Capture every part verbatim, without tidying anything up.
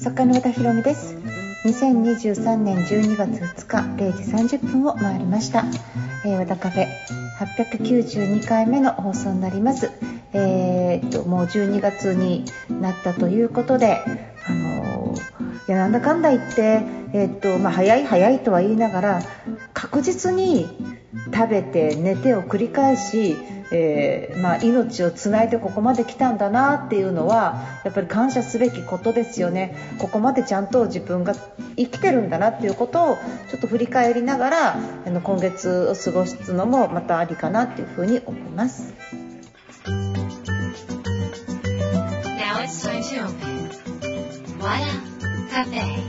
作家の和田ひろみです。にせんにじゅうさんねんじゅうにがつふつかれいじさんじゅっぷんを回りました。えー、和田カフェはっぴゃくきゅうじゅうにかいめの放送になります。えー、っともうじゅうにがつになったということで、あのー、いやなんだかんだ言って、えーっとまあ、早い早いとは言いながら確実に食べて寝てを繰り返し、えーまあ、命をつないでここまで来たんだなっていうのはやっぱり感謝すべきことですよね。ここまでちゃんと自分が生きてるんだなっていうことをちょっと振り返りながらあの今月を過ごすのもまたありかなっていうふうに思います。 Now it's time to open Wada Cafe。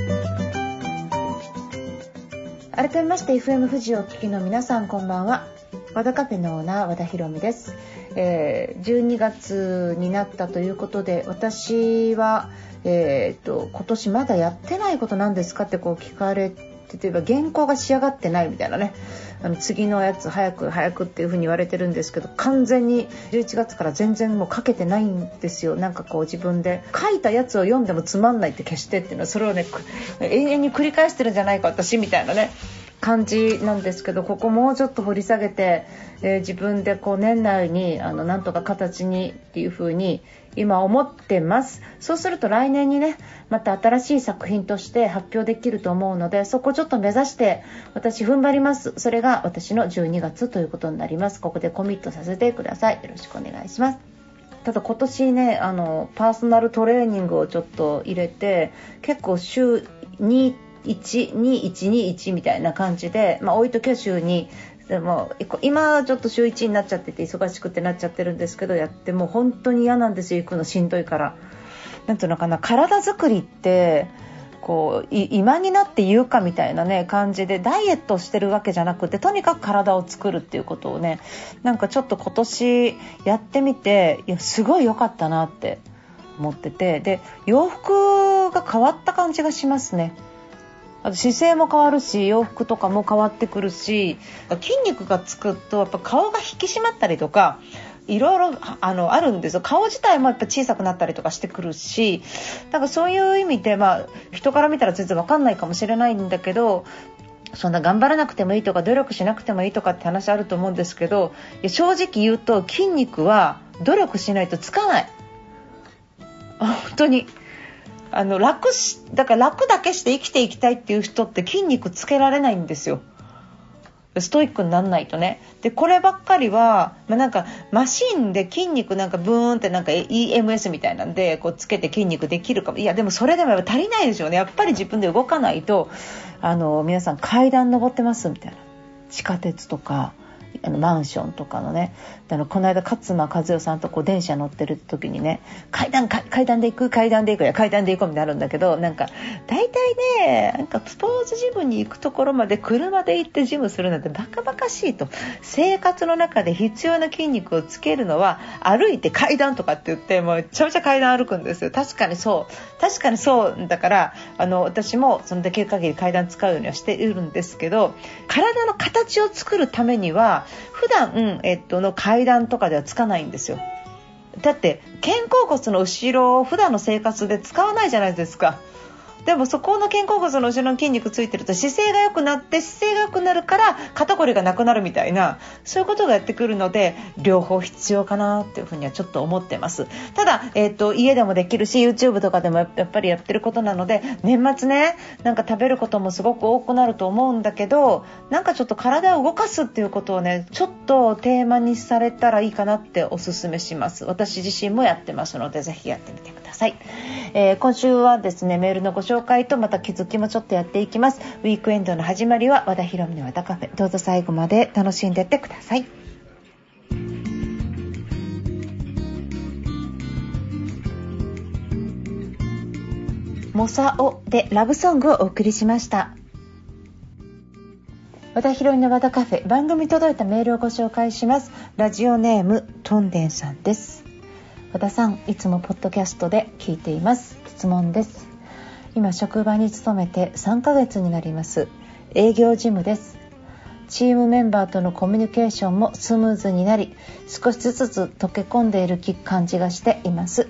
改めまして エフエム 富士をお聞きの皆さんこんばんは。和田カフェのオーナー和田ひろみです。えー、じゅうにがつになったということで私は、えー、と今年まだやってないことなんですかってこう聞かれて、例えば原稿が仕上がってないみたいなね、あの次のやつ早く早くっていう風に言われてるんですけど、完全にじゅういちがつから全然もう書けてないんですよ。なんかこう自分で書いたやつを読んでもつまんないって消してっていうのはそれをね永遠に繰り返してるんじゃないか私みたいなね感じなんですけど、ここもうちょっと掘り下げて、えー、自分でこう年内にあのなんとか形にっていう風に今思ってます。そうすると来年にねまた新しい作品として発表できると思うので、そこをちょっと目指して私踏ん張ります。それが私のじゅうにがつということになります。ここでコミットさせてください。よろしくお願いします。ただ今年ねあのパーソナルトレーニングをちょっと入れて結構週にいち、に、いち、に、いちみたいな感じで、まあ、置いときは週にでも今ちょっと週いちになっちゃってて忙しくてなっちゃってるんですけど、やっても本当に嫌なんですよ。行くのしんどいから。なんていうのかな、体作りってこう今になって言うかみたいなね感じでダイエットをしてるわけじゃなくて、とにかく体を作るっていうことをねなんかちょっと今年やってみて、いやすごい良かったなって思ってて、で洋服が変わった感じがしますね。あと姿勢も変わるし洋服とかも変わってくるし、筋肉がつくとやっぱ顔が引き締まったりとかいろいろ あのあるんですよ。顔自体もやっぱ小さくなったりとかしてくるし、だからそういう意味で、まあ、人から見たら全然わかんないかもしれないんだけど、そんな頑張らなくてもいいとか努力しなくてもいいとかって話あると思うんですけど、いや正直言うと筋肉は努力しないとつかない。本当にあの楽しだから楽だけして生きていきたいっていう人って筋肉つけられないんですよ。ストイックにならないとね。でこればっかりは、まあ、なんかマシンで筋肉なんかブーンってなんか イーエムエス みたいなんでこうつけて筋肉できるかも。いやでもそれでもやっぱ足りないでしょうね。やっぱり自分で動かないと。あの皆さん階段登ってますみたいな、地下鉄とかあのマンションとかのね、あのこの間勝間和代さんとこう電車乗ってる時にね、階段階段で行く階段で行くや階段で行こうみたいになるんだけど、なんか大体ねなんかスポーツジムに行くところまで車で行ってジムするなんてバカバカしいと。生活の中で必要な筋肉をつけるのは歩いて階段とかって言ってもうめちゃめちゃ階段歩くんですよ。確かにそう確かにそうだから、あの私もそのできる限り階段使うようにはしているんですけど、体の形を作るためには普段、えっと、の階段とかではつかないんですよ。だって肩甲骨の後ろを普段の生活で使わないじゃないですか。でもそこの肩甲骨の後ろの筋肉ついてると姿勢が良くなって、姿勢が良くなるから肩こりがなくなるみたいな、そういうことがやってくるので両方必要かなっていうふうにはちょっと思ってます。ただ、えーと、家でもできるし YouTube とかでもやっぱりやってることなので、年末ねなんか食べることもすごく多くなると思うんだけど、なんかちょっと体を動かすっていうことをねちょっとテーマにされたらいいかなっておすすめします。私自身もやってますのでぜひやってみてください。えー、今週はですねメールのご紹介とまた気づきもちょっとやっていきます。ウィークエンドの始まりは和田ひろみの和田カフェ、どうぞ最後まで楽しんでいってください。モサオでラブソングをお送りしました。和田ひろみの和田カフェ、番組届いたメールをご紹介します。ラジオネームトンデンさんです。和田さん、いつもポッドキャストで聞いています。質問です。今職場に勤めてさんかげつになります。営業事務です。チームメンバーとのコミュニケーションもスムーズになり、少しずつ溶け込んでいる感じがしています。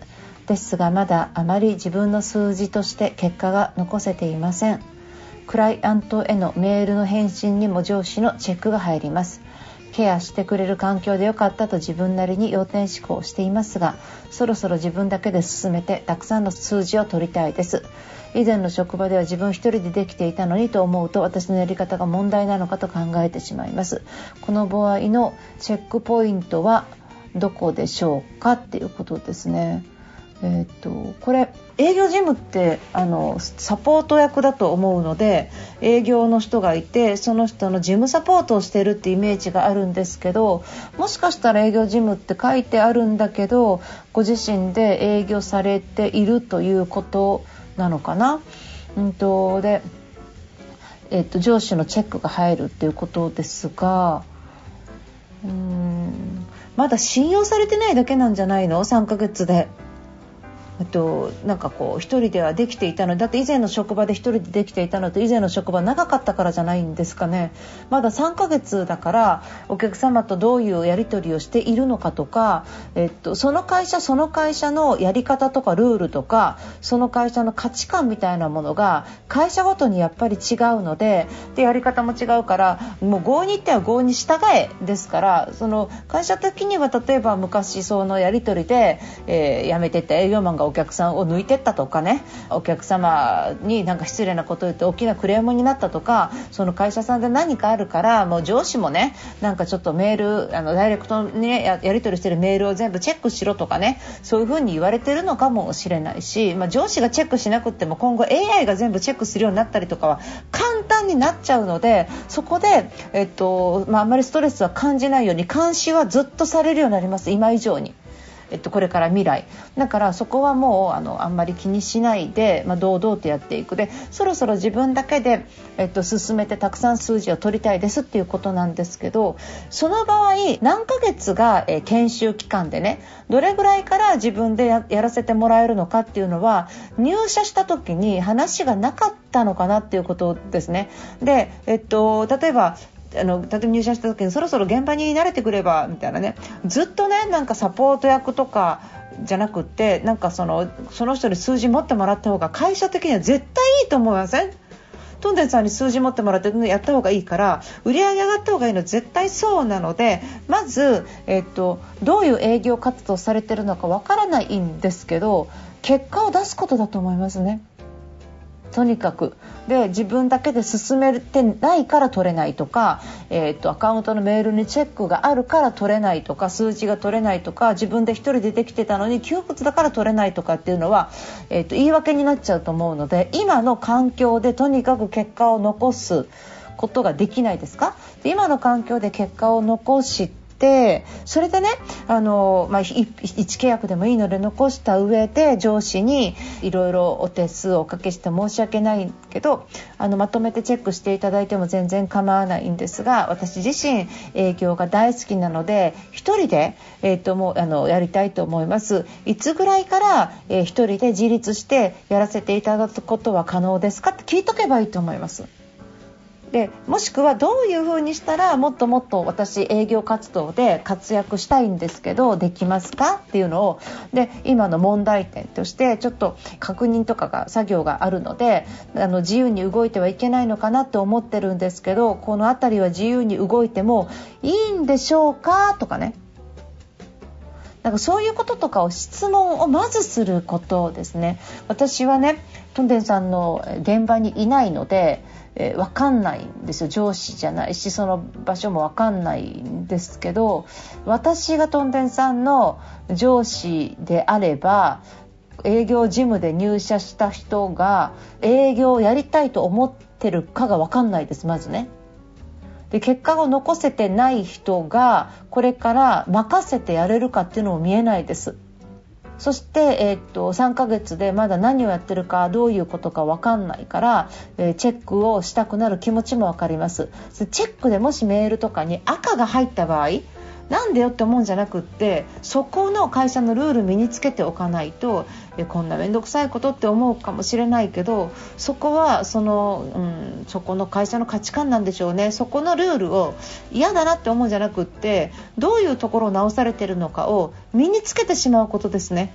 ですがまだあまり自分の数字として結果が残せていません。クライアントへのメールの返信にも上司のチェックが入ります。ケアしてくれる環境でよかったと自分なりに要点思考をしていますが、そろそろ自分だけで進めてたくさんの数字を取りたいです。以前の職場では自分一人でできていたのにと思うと、私のやり方が問題なのかと考えてしまいます。この場合のチェックポイントはどこでしょうかっていうことですね。えー、っとこれ営業事務ってあのサポート役だと思うので、営業の人がいてその人の事務サポートをしているってイメージがあるんですけど、もしかしたら営業事務って書いてあるんだけどご自身で営業されているということなのかな。うんとで、えー、っと上司のチェックが入るっていうことですが、うーんまだ信用されてないだけなんじゃないの。さんかげつであとなんかこう一人ではできていたのだって、以前の職場で一人でできていたのと以前の職場長かったからじゃないんですかね。まださんかげつだからお客様とどういうやり取りをしているのかとか、えっと、その会社その会社のやり方とかルールとかその会社の価値観みたいなものが会社ごとにやっぱり違うので、でやり方も違うからもう合に行っては合に従えですから、その会社的には例えば昔そのやり取りで、えー、辞めてった営業マンがお客さんを抜いてったとかね、お客様になんか失礼なことを言って大きなクレームになったとか、その会社さんで何かあるからもう上司もねなんかちょっとメールあのダイレクトに、ね、や, やり取りしてるメールを全部チェックしろとかね、そういう風に言われてるのかもしれないし、まあ、上司がチェックしなくても今後 エーアイ が全部チェックするようになったりとかは簡単になっちゃうので、そこで、えっとまあ、あんまりストレスは感じないように監視はずっとされるようになります。今以上にえっと、これから未来だから、そこはもう あのあんまり気にしないで、まあ、堂々とやっていく。でそろそろ自分だけで、えっと、進めてたくさん数字を取りたいですっていうことなんですけど、その場合何ヶ月が、えー、研修期間でね、どれぐらいから自分で や, やらせてもらえるのかっていうのは入社した時に話がなかったのかなっていうことですね。で、えっと、例えばあの例えば入社した時にそろそろ現場に慣れてくればみたいなね、ずっとねなんかサポート役とかじゃなくって、なんかそのその人に数字持ってもらった方が会社的には絶対いいと思いません？トンデンさんに数字持ってもらってやった方がいいから売り上げ上がった方がいいの絶対そうなので、まず、えっと、どういう営業活動されてるのかわからないんですけど、結果を出すことだと思いますね。とにかくで自分だけで進めてないから取れないとか、えー、とアカウントのメールにチェックがあるから取れないとか、数字が取れないとか、自分で一人でできてたのに窮屈だから取れないとかっていうのは、えー、と言い訳になっちゃうと思うので、今の環境でとにかく結果を残すことができないですか？で今の環境で結果を残してでそれでね、あの、まあ、一契約でもいいので残した上で上司にいろいろお手数をおかけして申し訳ないけど、あのまとめてチェックしていただいても全然構わないんですが、私自身営業が大好きなので一人で、えー、ともうあのやりたいと思います。いつぐらいから、えー、一人で自立してやらせていただくことは可能ですかって聞いとけばいいと思います。でもしくはどういう風にしたらもっともっと私営業活動で活躍したいんですけどできますかっていうのを、で今の問題点としてちょっと確認とかが作業があるので、あの自由に動いてはいけないのかなと思ってるんですけど、このあたりは自由に動いてもいいんでしょうかとかね、なんかそういうこととかを質問をまずすることですね。私はねトンデンさんの現場にいないのでえー、分かんないんですよ。上司じゃないしその場所も分かんないんですけど、私がトンデンさんの上司であれば営業事務で入社した人が営業をやりたいと思ってるかが分かんないです。まずね。で結果を残せてない人がこれから任せてやれるかっていうのも見えないです。そして、えー、っとさんかげつでまだ何をやってるかどういうことか分かんないから、えー、チェックをしたくなる気持ちも分かります。チェックでもしメールとかに赤が入った場合なんでよって思うんじゃなくって、そこの会社のルール身につけておかないとえこんなめんどくさいことって思うかもしれないけど、そこはその、うん、そこの会社の価値観なんでしょうね。そこのルールを嫌だなって思うんじゃなくって、どういうところを直されているのかを身につけてしまうことですね。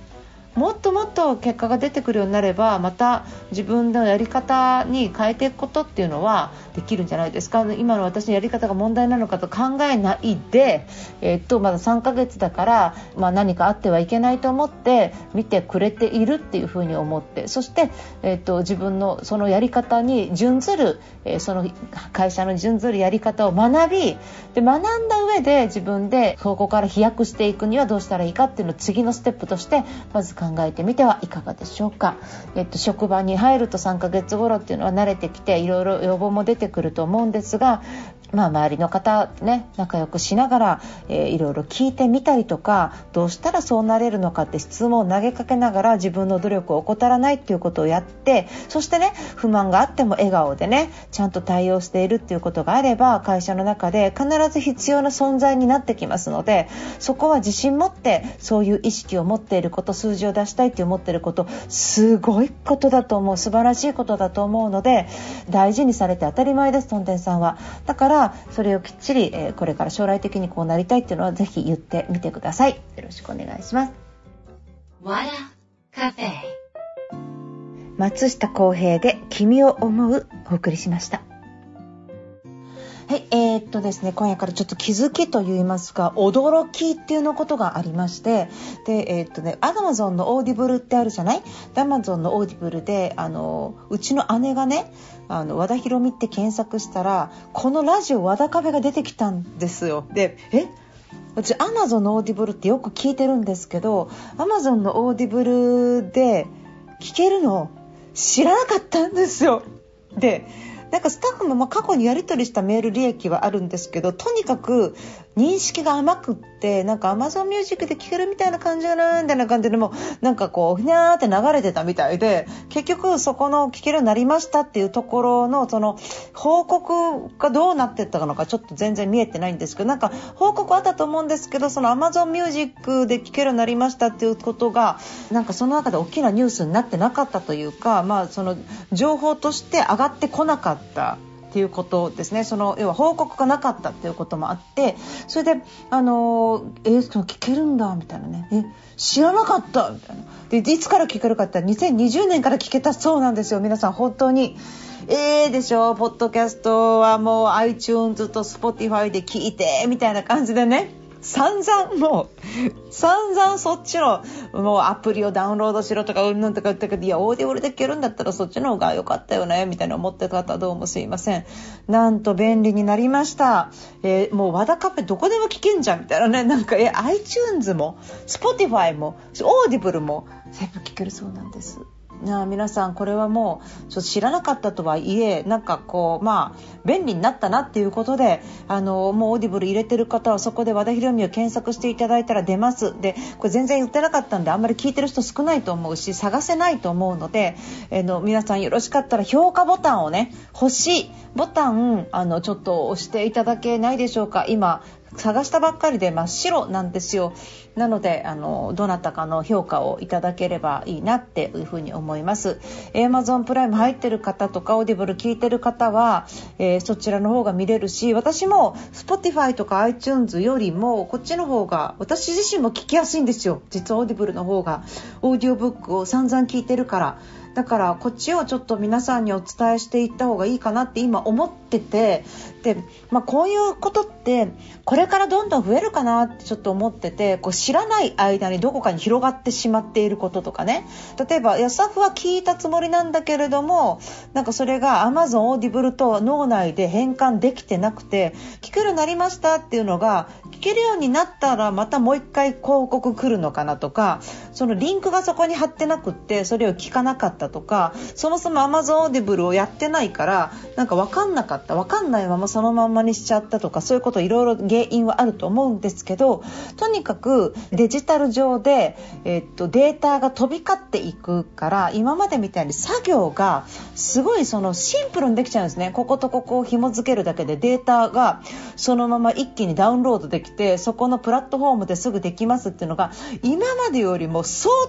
もっともっと結果が出てくるようになれば、また自分のやり方に変えていくことっていうのはできるんじゃないですか。今の私のやり方が問題なのかと考えないで、えー、っとまださんかげつだから、まあ、何かあってはいけないと思って見てくれているっていうふうに思って、そして、えー、っと自分のそのやり方に準ずる、えー、その会社の準ずるやり方を学び、で学んだ上で自分でそこから飛躍していくにはどうしたらいいかっていうのを次のステップとしてまず考えてみてはいかがでしょうか。えっと、職場に入るとさんかげつ頃っていうのは慣れてきていろいろ要望も出てくると思うんですが、まあ、周りの方ね仲良くしながら、えー、いろいろ聞いてみたりとか、どうしたらそうなれるのかって質問を投げかけながら自分の努力を怠らないっていうことをやって、そしてね不満があっても笑顔でねちゃんと対応しているっていうことがあれば、会社の中で必ず必要な存在になってきますので、そこは自信持ってそういう意識を持っていること、数字を出したいって思っていること、すごいことだと思う、素晴らしいことだと思うので、大事にされて当たり前です、とんてんさんは。だからそれをきっちり、えー、これから将来的にこうなりたいっていうのはぜひ言ってみてください。よろしくお願いします。 わらカフェ、 松下洸平で君を思うお送りしました。はい、えー、っとですね今夜からちょっと気づきといいますか驚きっていうのことがありまして、でえー、っとねアマゾンのオーディブルってあるじゃない。アマゾンのオーディブルであのうちの姉がねあの和田博美って検索したらこのラジオ和田カフェが出てきたんですよ。でえ私アマゾンのオーディブルってよく聞いてるんですけど、アマゾンのオーディブルで聞けるの知らなかったんですよ。でなんかスタッフもまあ過去にやり取りしたメール履歴はあるんですけど、とにかく認識が甘くって、なんか Amazon Music で聴けるみたいな感じじゃないみたいな感じでもなんかこうふにゃーって流れてたみたいで、結局そこの聴けるようになりましたっていうところのその報告がどうなってったのかちょっと全然見えてないんですけど、なんか報告あったと思うんですけど、その Amazon Music で聴けるようになりましたっていうことがなんかその中で大きなニュースになってなかったというか、まあその情報として上がってこなかったっていうことですね。その要は報告がなかったっていうこともあって、それであのえー、聞けるんだみたいなね、え知らなかったみたいな。でいつから聞けるかってにせんにじゅうねんから聞けたそうなんですよ。皆さん本当にえーでしょ、ポッドキャストはもう iTunes と Spotify で聞いてみたいな感じでね、散々もう散々そっちのもうアプリをダウンロードしろとかうんぬんとか言ったけど、いやオーディオで聞けるんだったらそっちの方が良かったよねみたいな思ってた方はどうもすいません。なんと便利になりました、えー、もう和田カフェどこでも聞けんじゃんみたいなね。なんかえ iTunes も Spotify もオーディブルも全部聞けるそうなんです。なあ皆さんこれはもうちょっと知らなかったとはいえなんかこうまあ便利になったなっていうことで、あのもうオーディブル入れてる方はそこで和田博美を検索していただいたら出ます。でこれ全然言ってなかったんであんまり聞いてる人少ないと思うし探せないと思うので、えの皆さんよろしかったら評価ボタンをね、星ボタンあのちょっと押していただけないでしょうか。今探したばっかりで真っ白なんですよ。なのであのどなたかの評価をいただければいいなっていうふうに思います。 Amazon プライム入ってる方とかオーディブル聞いてる方は、えー、そちらの方が見れるし、私も Spotify とか iTunes よりもこっちの方が私自身も聞きやすいんですよ。実はオーディブルの方がオーディオブックを散々聞いてるから、だからこっちをちょっと皆さんにお伝えしていった方がいいかなって今思ってて、で、まあ、こういうことってこれからどんどん増えるかなってちょっと思ってて、こう知らない間にどこかに広がってしまっていることとかね、例えばいやスタッフは聞いたつもりなんだけれどもなんかそれが Amazon Audible と脳内で変換できてなくて聞けるようになりましたっていうのが聞けるようになったらまたもう一回広告来るのかなとか、そのリンクがそこに貼ってなくってそれを聞かなかったとか、そもそも Amazon Audible をやってないからなんか分かんなかった分かんないままそのまんまにしちゃったとか、そういうこといろいろ原因はあると思うんですけど、とにかくデジタル上で、えっと、データが飛び交っていくから今までみたいに作業がすごいそのシンプルにできちゃうんですね。こことここを紐付けるだけでデータがそのまま一気にダウンロードできてそこのプラットフォームですぐできますっていうのが今までよりも相当早い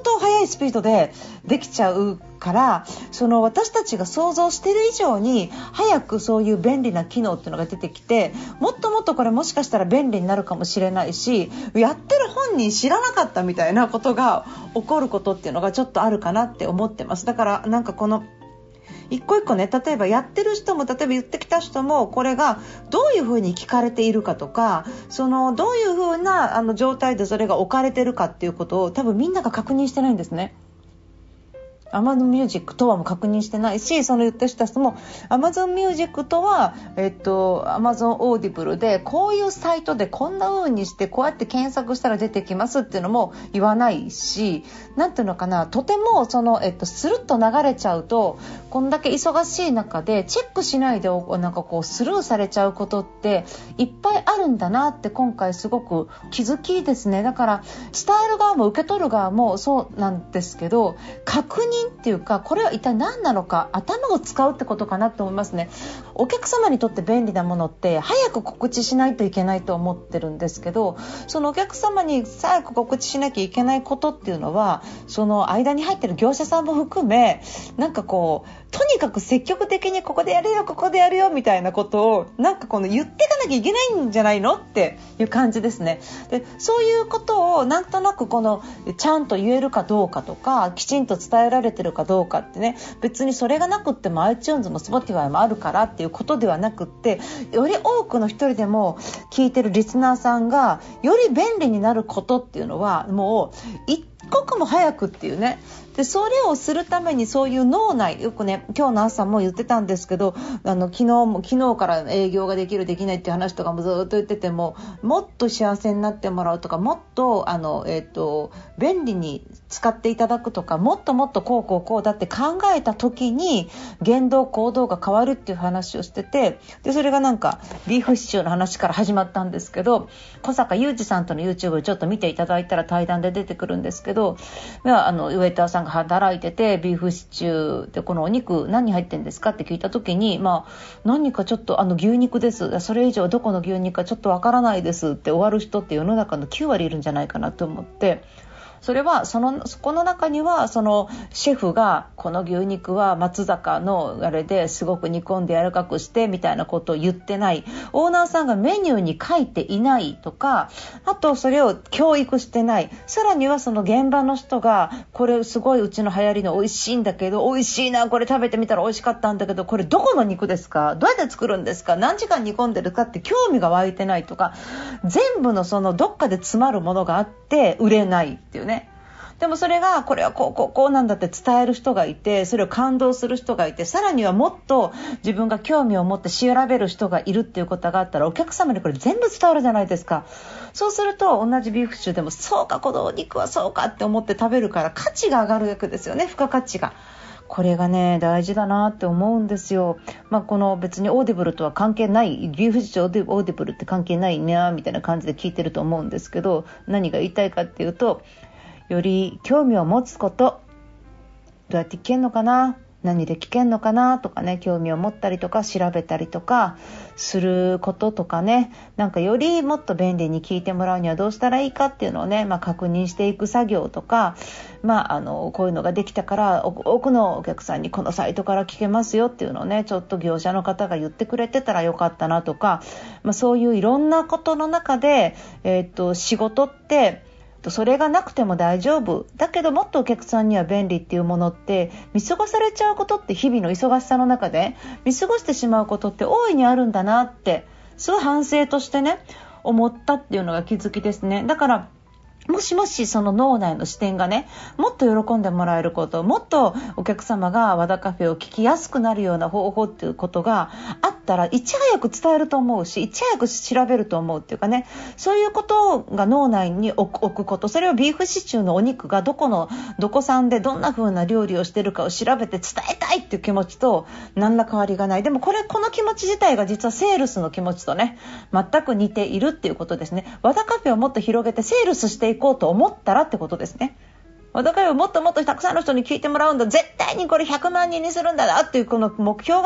いスピードでできちゃうから、その私たちが想像している以上に早くそういう便利な機能っていうのが出てきて、もっともっとこれもしかしたら便利になるかもしれないし、やってる本人知らなかったみたいなことが起こることっていうのがちょっとあるかなって思ってます。だからなんかこの一個一個ね、例えばやってる人も、例えば言ってきた人も、これがどういうふうに聞かれているかとか、そのどういうふうなあの状態でそれが置かれているかっていうことを多分みんなが確認してないんですね。Amazon Music とはも確認してないし、その言った人たちも Amazon Music とは、えっと、Amazon Audible でこういうサイトでこんな風にしてこうやって検索したら出てきますっていうのも言わないし、なんていうのかな、とてもその、えっと、スルッと流れちゃうと、こんだけ忙しい中でチェックしないでなんかこうスルーされちゃうことっていっぱいあるんだなって今回すごく気づきですね。だから伝える側も受け取る側もそうなんですけど、確認っていうか、これは一体何なのか、頭を使うってことかなと思いますね。お客様にとって便利なものって早く告知しないといけないと思ってるんですけど、そのお客様に早く告知しなきゃいけないことっていうのは、その間に入ってる業者さんも含め、なんかこうとにかく積極的にここでやるよここでやるよみたいなことをなんかこの言っていかなきゃいけないんじゃないのっていう感じですね。でそういうことをなんとなくこのちゃんと言えるかどうかとか、きちんと伝えられてるかどうかってね、別にそれがなくっても iTunes も Spotify もあるからっていうことではなくって、より多くの一人でも聞いてるリスナーさんがより便利になることっていうのはもう一刻も早くっていうね。でそれをするためにそういう脳内、よくね今日の朝も言ってたんですけど、あの昨日も昨日から営業ができるできないっていう話とかもずっと言ってても、もっと幸せになってもらうとか、もっとあの、えーと、便利に使っていただくとか、もっともっとこうこうこうだって考えた時に言動行動が変わるっていう話をしてて、でそれがなんかビーフシチューの話から始まったんですけど、小坂雄二さんとの YouTube ちょっと見ていただいたら対談で出てくるんですけど、あのウェイターさんが働いてて、ビーフシチューでこのお肉何入ってんですかって聞いた時に、まあ何かちょっとあの牛肉です、それ以上どこの牛肉かちょっとわからないですって終わる人って世の中のきゅうわりいるんじゃないかなと思って、それはそのそこの中にはそのシェフがこの牛肉は松坂のあれですごく煮込んで柔らかくしてみたいなことを言ってない、オーナーさんがメニューに書いていないとか、あとそれを教育してない、さらにはその現場の人がこれすごいうちの流行りの美味しいんだけど、美味しいな、これ食べてみたら美味しかったんだけど、これどこの肉ですか、どうやって作るんですか、何時間煮込んでるかって興味が湧いてないとか、全部のそのどっかで詰まるものがあって売れないっていうね。でもそれがこれはこうこうこうなんだって伝える人がいて、それを感動する人がいて、さらにはもっと自分が興味を持って調べる人がいるっていうことがあったら、お客様にこれ全部伝わるじゃないですか。そうすると同じビーフシチューでも、そうかこのお肉はそうかって思って食べるから価値が上がるわけですよね、付加価値が。これがね大事だなって思うんですよ。まあ、この別にオーディブルとは関係ない、ビーフシチューオーディブルって関係ないねみたいな感じで聞いてると思うんですけど、何が言いたいかっていうと、より興味を持つこと、どうやって聞けんのかな、何で聞けんのかなとかね、興味を持ったりとか調べたりとかすることとかね、なんかよりもっと便利に聞いてもらうにはどうしたらいいかっていうのをね、まあ、確認していく作業とか、まあ、あのこういうのができたから多くのお客さんにこのサイトから聞けますよっていうのをね、ちょっと業者の方が言ってくれてたらよかったなとか、まあ、そういういろんなことの中で、えーっと、仕事ってそれがなくても大丈夫だけど、もっとお客さんには便利っていうものって見過ごされちゃうことって、日々の忙しさの中で見過ごしてしまうことって大いにあるんだなって、すごい反省としてね思ったっていうのが気づきですね。だからもしもしその脳内の視点がね、もっと喜んでもらえること、もっとお客様が和田カフェを聞きやすくなるような方法っていうことがあったら、いち早く伝えると思うし、いち早く調べると思うっていうかね、そういうことが脳内に置く、置くこと、それをビーフシチューのお肉がどこのどこ産でどんな風な料理をしてるかを調べて伝えたいっていう気持ちと何ら変わりがない。でもこれこの気持ち自体が実はセールスの気持ちとね全く似ているっていうことですね。和田カフェをもっと広げてセールスしていこうと思ったらってことですね。和田カフェをもっともっとたくさんの人に聞いてもらうんだ、絶対にこれひゃくまんにんにするんだなっていうこの目標があっ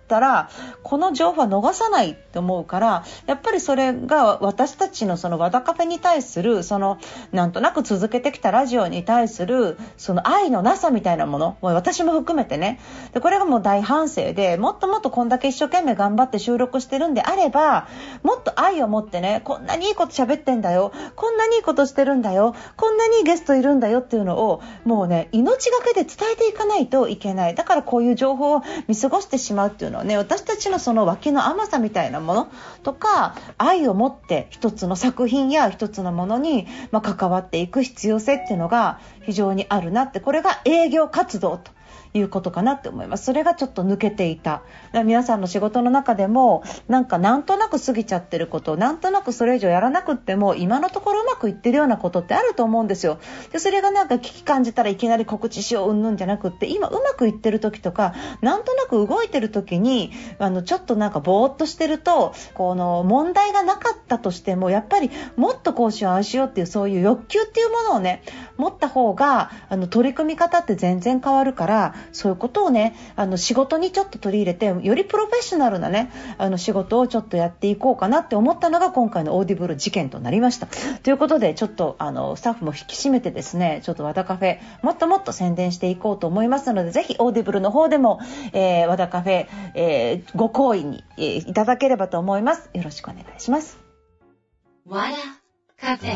ったらこの情報は逃さないって思うから、やっぱりそれが私たちのその和田カフェに対するそのなんとなく続けてきたラジオに対するその愛のなさみたいなもの、もう私も含めてね、でこれがもう大反省で、もっともっとこんだけ一生懸命頑張って収録してるんであれば、もっと愛を持ってね、こんなにいいこと喋ってんだよ、こんなにいいことしてるんだよ、こんなにいいゲストいるんだよっていうのをもうね、命がけで伝えていかないといけない。だからこういう情報を見過ごしてしまうっていうのはね、私たちのその脇の甘さみたいなものとか、愛を持って一つの作品や一つのものに、まあ、関わっていく必要性っていうのが非常にあるなって、これが営業活動ということかなって思います。それがちょっと抜けていた。だから皆さんの仕事の中でもなんかなんとなく過ぎちゃってること、なんとなくそれ以上やらなくっても今のところうまくいってるようなことってあると思うんですよ。でそれがなんか危機感じたらいきなり告知しよううんぬんじゃなくって、今うまくいってる時とかなんとなく動いてる時にあのちょっとなんかぼーっとしてると、この問題がなかったとしてもやっぱりもっとこうしようああしようっていうそういう欲求っていうものをね持った方があの取り組み方って全然変わるから、そういうことをねあの仕事にちょっと取り入れて、よりプロフェッショナルなねあの仕事をちょっとやっていこうかなって思ったのが今回のオーディブル事件となりました。ということでちょっとあのスタッフも引き締めてですね、ちょっと和田カフェもっともっと宣伝していこうと思いますので、ぜひオーディブルの方でも、えー、和田カフェ、えー、ご好意に、えー、いただければと思います。よろしくお願いします。 和田カフェ。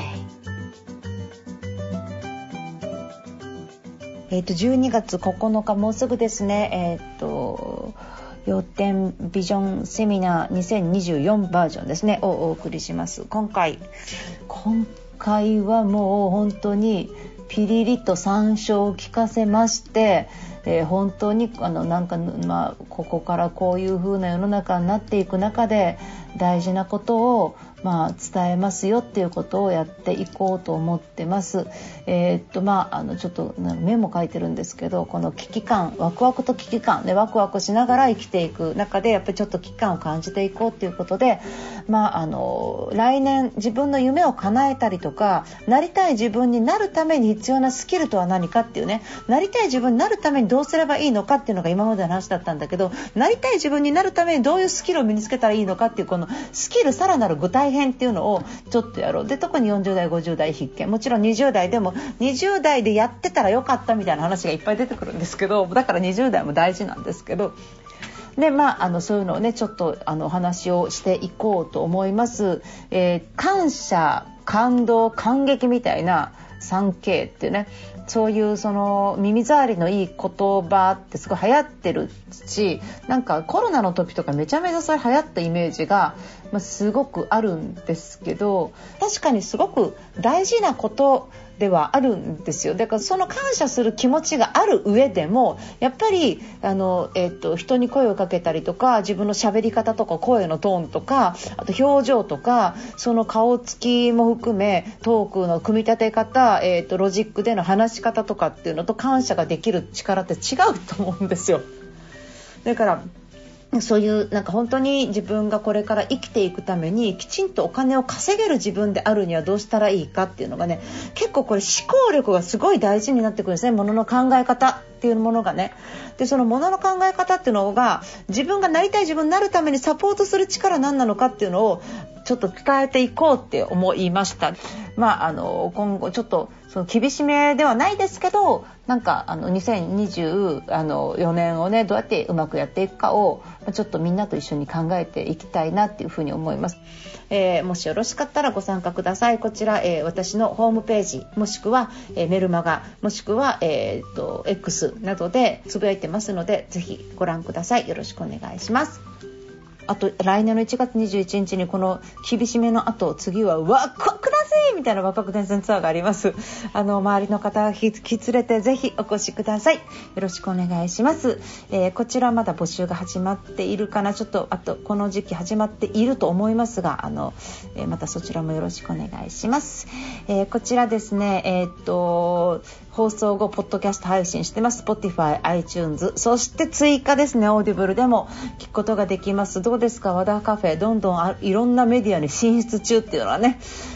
えー、とじゅうにがつここのか、もうすぐですね、えー、と要点ビジョンセミナーにせんにじゅうよんバージョンですねをお送りします。今回今回はもう本当にピリリと山椒を効かせまして、えー、本当にあのなんか、まあ、ここからこういう風な世の中になっていく中で大事なことをまあ、伝えますよっていうことをやっていこうと思ってます。えー、っとまああのちょっとメモ書いてるんですけど、この危機感、ワクワクと危機感でワクワクしながら生きていく中でやっぱりちょっと危機感を感じていこうっていうことで、まああの来年自分の夢を叶えたりとか、なりたい自分になるために必要なスキルとは何かっていうね、なりたい自分になるためにどうすればいいのかっていうのが今までの話だったんだけど、なりたい自分になるためにどういうスキルを身につけたらいいのかっていう、このスキルさらなる具体編っていうのをちょっとやろう。で特によんじゅうだいごじゅうだい必見、もちろんにじゅうだいでもにじゅうだいでやってたらよかったみたいな話がいっぱい出てくるんですけど、だからにじゅうだいも大事なんですけど、でまあ、あのそういうのをねちょっとあのお話をしていこうと思います。えー、感謝、感動、感激みたいな スリーケー っていうね、そういうその耳障りのいい言葉ってすごい流行ってるし、なんかコロナの時とかめちゃめちゃそれ流行ったイメージが、まあ、すごくあるんですけど、確かにすごく大事なことではあるんですよ。だからその感謝する気持ちがある上でもやっぱりあの、えー、と人に声をかけたりとか、自分の喋り方とか声のトーンとか、あと表情とか、その顔つきも含めトークの組み立て方、えー、とロジックでの話し方とかっていうのと感謝ができる力って違うと思うんですよ。だからそういうなんか本当に自分がこれから生きていくためにきちんとお金を稼げる自分であるにはどうしたらいいかっていうのがね、結構これ思考力がすごい大事になってくるんですね。ものの考え方っていうものがね。でそのものの考え方っていうのが自分がなりたい自分になるためにサポートする力は何なのかっていうのをちょっと伝えていこうって思いました。まああの今後ちょっとその厳しめではないですけど、なんかあのにせんにじゅうよねんをねどうやってうまくやっていくかをちょっとみんなと一緒に考えていきたいなっていうふうに思います。えー、もしよろしかったらご参加ください。こちら、えー、私のホームページもしくは、えー、メルマガもしくは、えー、と X などでつぶやいてますので、ぜひご覧ください。よろしくお願いします。あと来年のいちがつにじゅういちにちにこの厳しめの後、次はワクワクだぜみたいなワクワク伝染ツアーがあります。あの周りの方引き連れてぜひお越しください。よろしくお願いします。えー、こちらまだ募集が始まっているかな、ちょっとあとこの時期始まっていると思いますが、あの、えー、またそちらもよろしくお願いします。えー、こちらですね、えー、っと放送後ポッドキャスト配信してます。 Spotify、iTunes、 そして追加ですね、オーディブルでも聞くことができます。どうですか、和田カフェどんどんあいろんなメディアに進出中っていうのはね、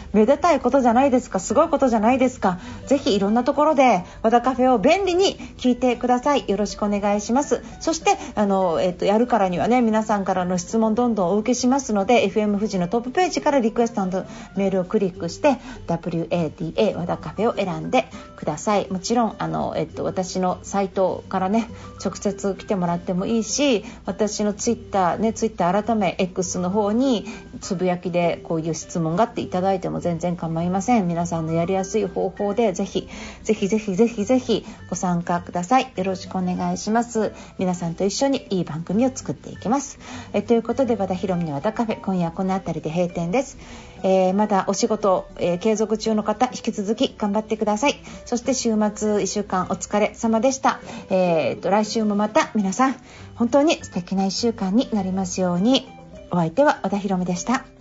めでたいことじゃないですか。すごいことじゃないですか。ぜひいろんなところで和田カフェを便利に聞いてください。よろしくお願いします。そしてあの、えっと、やるからにはね、皆さんからの質問どんどんお受けしますので、 エフエム 富士のトップページからリクエストのメールをクリックして ダブリューエーディーエー 和田カフェを選んでください。もちろんあの、えっと、私のサイトからね直接来てもらってもいいし、私のツイッターね、ツイッター改め X の方につぶやきでこういう質問があっていただいても全然構いません。皆さんのやりやすい方法でぜひぜひぜひぜひぜひご参加ください。よろしくお願いします。皆さんと一緒にいい番組を作っていきます。えということで、和田ひろみの和田カフェ、今夜はこの辺りで閉店です。えー、まだお仕事、えー、継続中の方、引き続き頑張ってください。そして週末いっしゅうかんお疲れ様でした。えー、と来週もまた皆さん本当に素敵ないっしゅうかんになりますように。お相手は和田ひろみでした。